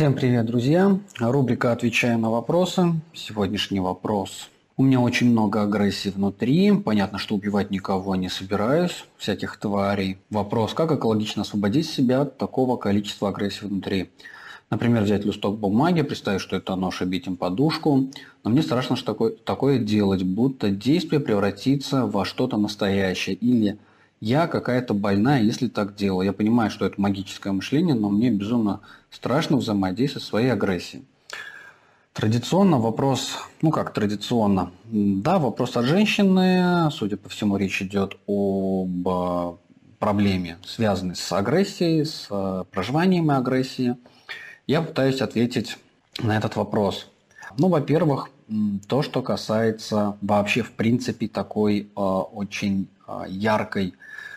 Всем привет, друзья! Рубрика «Отвечаем на вопросы». Сегодняшний вопрос. У меня очень много агрессии внутри. Понятно, что убивать никого не собираюсь, всяких тварей. Вопрос, как экологично освободить себя от такого количества агрессии внутри? Например, взять листок бумаги, представить, что это нож, и бить им подушку. Но мне страшно что такое делать, будто действие превратится во что-то настоящее. Или я какая-то больная, если так делаю. Я понимаю, что это магическое мышление, но мне безумно страшно взаимодействовать со своей агрессией. Традиционно вопрос, как традиционно? Да, вопрос от женщины. Судя по всему, речь идет об проблеме, связанной с агрессией, с проживанием агрессии. Я пытаюсь ответить на этот вопрос. Во-первых, то, что касается вообще, в принципе, такой очень яркой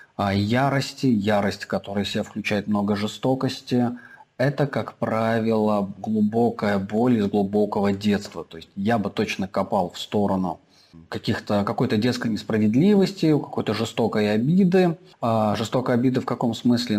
ярость, которая в себя включает много жестокости, это, как правило, глубокая боль из глубокого детства. То есть я бы точно копал в сторону какой-то детской несправедливости, какой-то жестокой обиды. Жестокой обиды в каком смысле?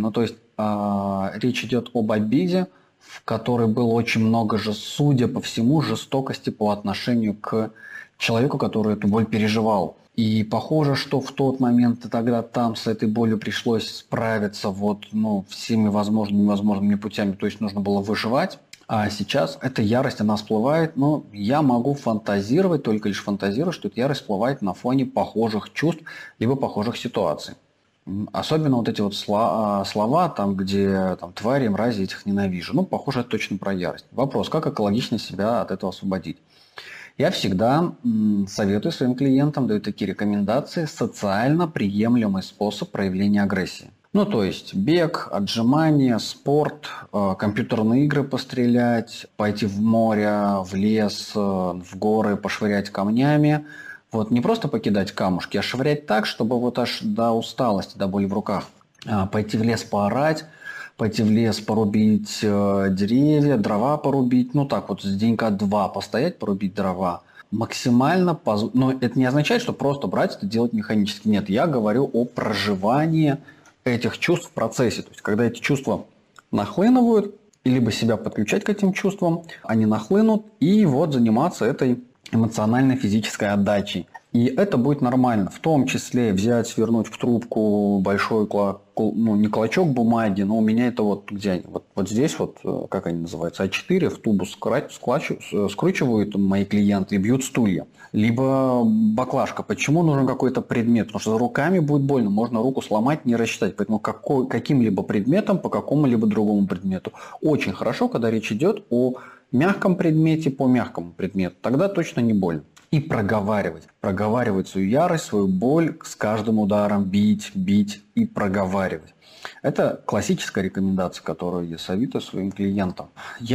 Речь идет об обиде, в которой было очень много же, судя по всему, жестокости по отношению к человеку, который эту боль переживал. И похоже, что в тот момент и тогда там с этой болью пришлось справиться всеми возможными и невозможными путями, то есть нужно было выживать. А сейчас эта ярость, она всплывает, но я могу фантазировать, только лишь фантазировать, что эта ярость всплывает на фоне похожих чувств, либо похожих ситуаций. Особенно эти слова, где твари, мрази, этих ненавижу. Похоже, это точно про ярость. Вопрос, как экологично себя от этого освободить? Я всегда советую своим клиентам, даю такие рекомендации, социально приемлемый способ проявления агрессии. То есть бег, отжимания, спорт, компьютерные игры пострелять, пойти в море, в лес, в горы, пошвырять камнями. Не просто покидать камушки, а швырять так, чтобы аж до усталости, до боли в руках. Пойти в лес поорать, пойти в лес порубить деревья, дрова порубить. С денька 2 постоять, порубить дрова. Максимально Но это не означает, что просто брать это делать механически. Нет, я говорю о проживании этих чувств в процессе. То есть, когда эти чувства нахлынывают, и либо себя подключать к этим чувствам, они нахлынут, и заниматься этой эмоционально-физической отдачей. И это будет нормально. В том числе взять, свернуть в трубку большой, не клочок бумаги, но у меня это где они? Здесь, как они называются, А4, в тубу скручивают мои клиенты и бьют стулья. Либо баклажка. Почему нужен какой-то предмет? Потому что за руками будет больно. Можно руку сломать, не рассчитать. Поэтому каким-либо предметом по какому-либо другому предмету. Очень хорошо, когда речь идет о мягком предмете по мягкому предмету. Тогда точно не больно. И проговаривать свою ярость, свою боль с каждым ударом, бить и проговаривать. Это классическая рекомендация, которую я советую своим клиентам.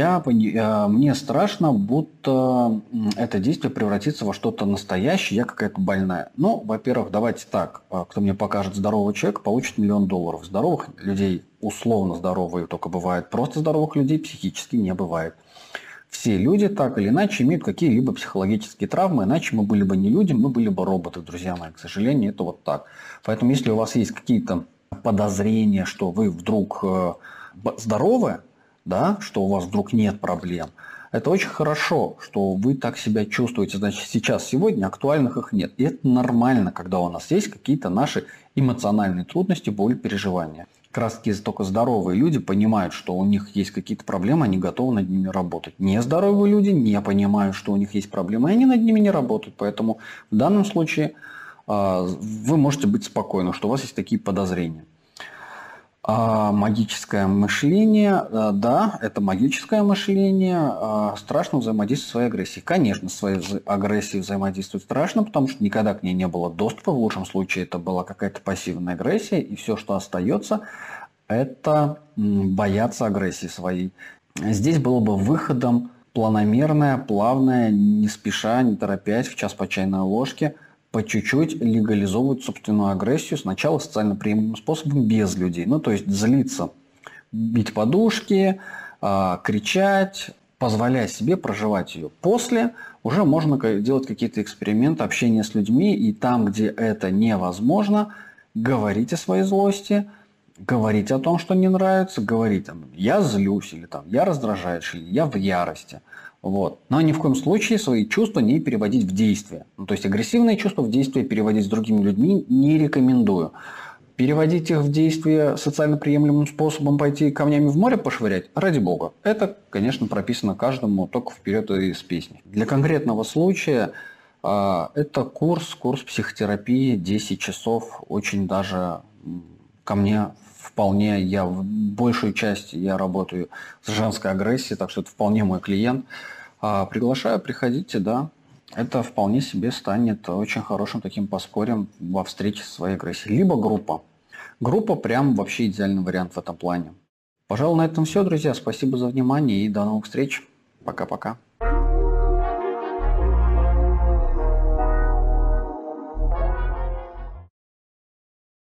Мне страшно, будто это действие превратится во что-то настоящее, я какая-то больная. Во-первых, давайте так, кто мне покажет здорового человека, получит $1 000 000. Здоровых людей, условно здоровые только бывают, просто здоровых людей психически не бывает. Все люди так или иначе имеют какие-либо психологические травмы, иначе мы были бы не люди, мы были бы роботы, друзья мои. К сожалению, это так. Поэтому, если у вас есть какие-то подозрения, что вы вдруг здоровы, что у вас вдруг нет проблем, это очень хорошо, что вы так себя чувствуете. Значит, сегодня актуальных их нет. И это нормально, когда у нас есть какие-то наши эмоциональные трудности, боль, переживания. Как раз таки только здоровые люди понимают, что у них есть какие-то проблемы, они готовы над ними работать. Нездоровые люди не понимают, что у них есть проблемы, и они над ними не работают. Поэтому в данном случае вы можете быть спокойны, что у вас есть такие подозрения. Магическое мышление, да, это магическое мышление, страшно взаимодействовать со своей агрессией. Конечно, с своей агрессией взаимодействовать страшно, потому что никогда к ней не было доступа, в лучшем случае это была какая-то пассивная агрессия, и все, что остается, это бояться агрессии своей. Здесь было бы выходом планомерное, плавное, не спеша, не торопясь, в час по чайной ложке, по чуть-чуть легализовывать собственную агрессию, сначала социально приемлемым способом, без людей. То есть злиться, бить подушки, кричать, позволяя себе проживать ее. После уже можно делать какие-то эксперименты, общения с людьми, и там, где это невозможно, говорить о своей злости, говорить о том, что не нравится, говорить там, я злюсь, или там, я раздражаюсь, или я в ярости. Вот. Но ни в коем случае свои чувства не переводить в действие. Ну, то есть агрессивные чувства в действие переводить с другими людьми не рекомендую. Переводить их в действие социально приемлемым способом, пойти камнями в море пошвырять, ради бога. Это, конечно, прописано каждому только вперед из песни. Для конкретного случая это курс психотерапии 10 часов, очень даже ко мне вполне, я в большую часть я работаю с женской агрессией, так что это вполне мой клиент. Приглашаю, приходите, да. Это вполне себе станет очень хорошим таким подспорьем во встрече со своей агрессией. Либо группа. Группа прям вообще идеальный вариант в этом плане. Пожалуй, на этом все, друзья. Спасибо за внимание и до новых встреч. Пока-пока.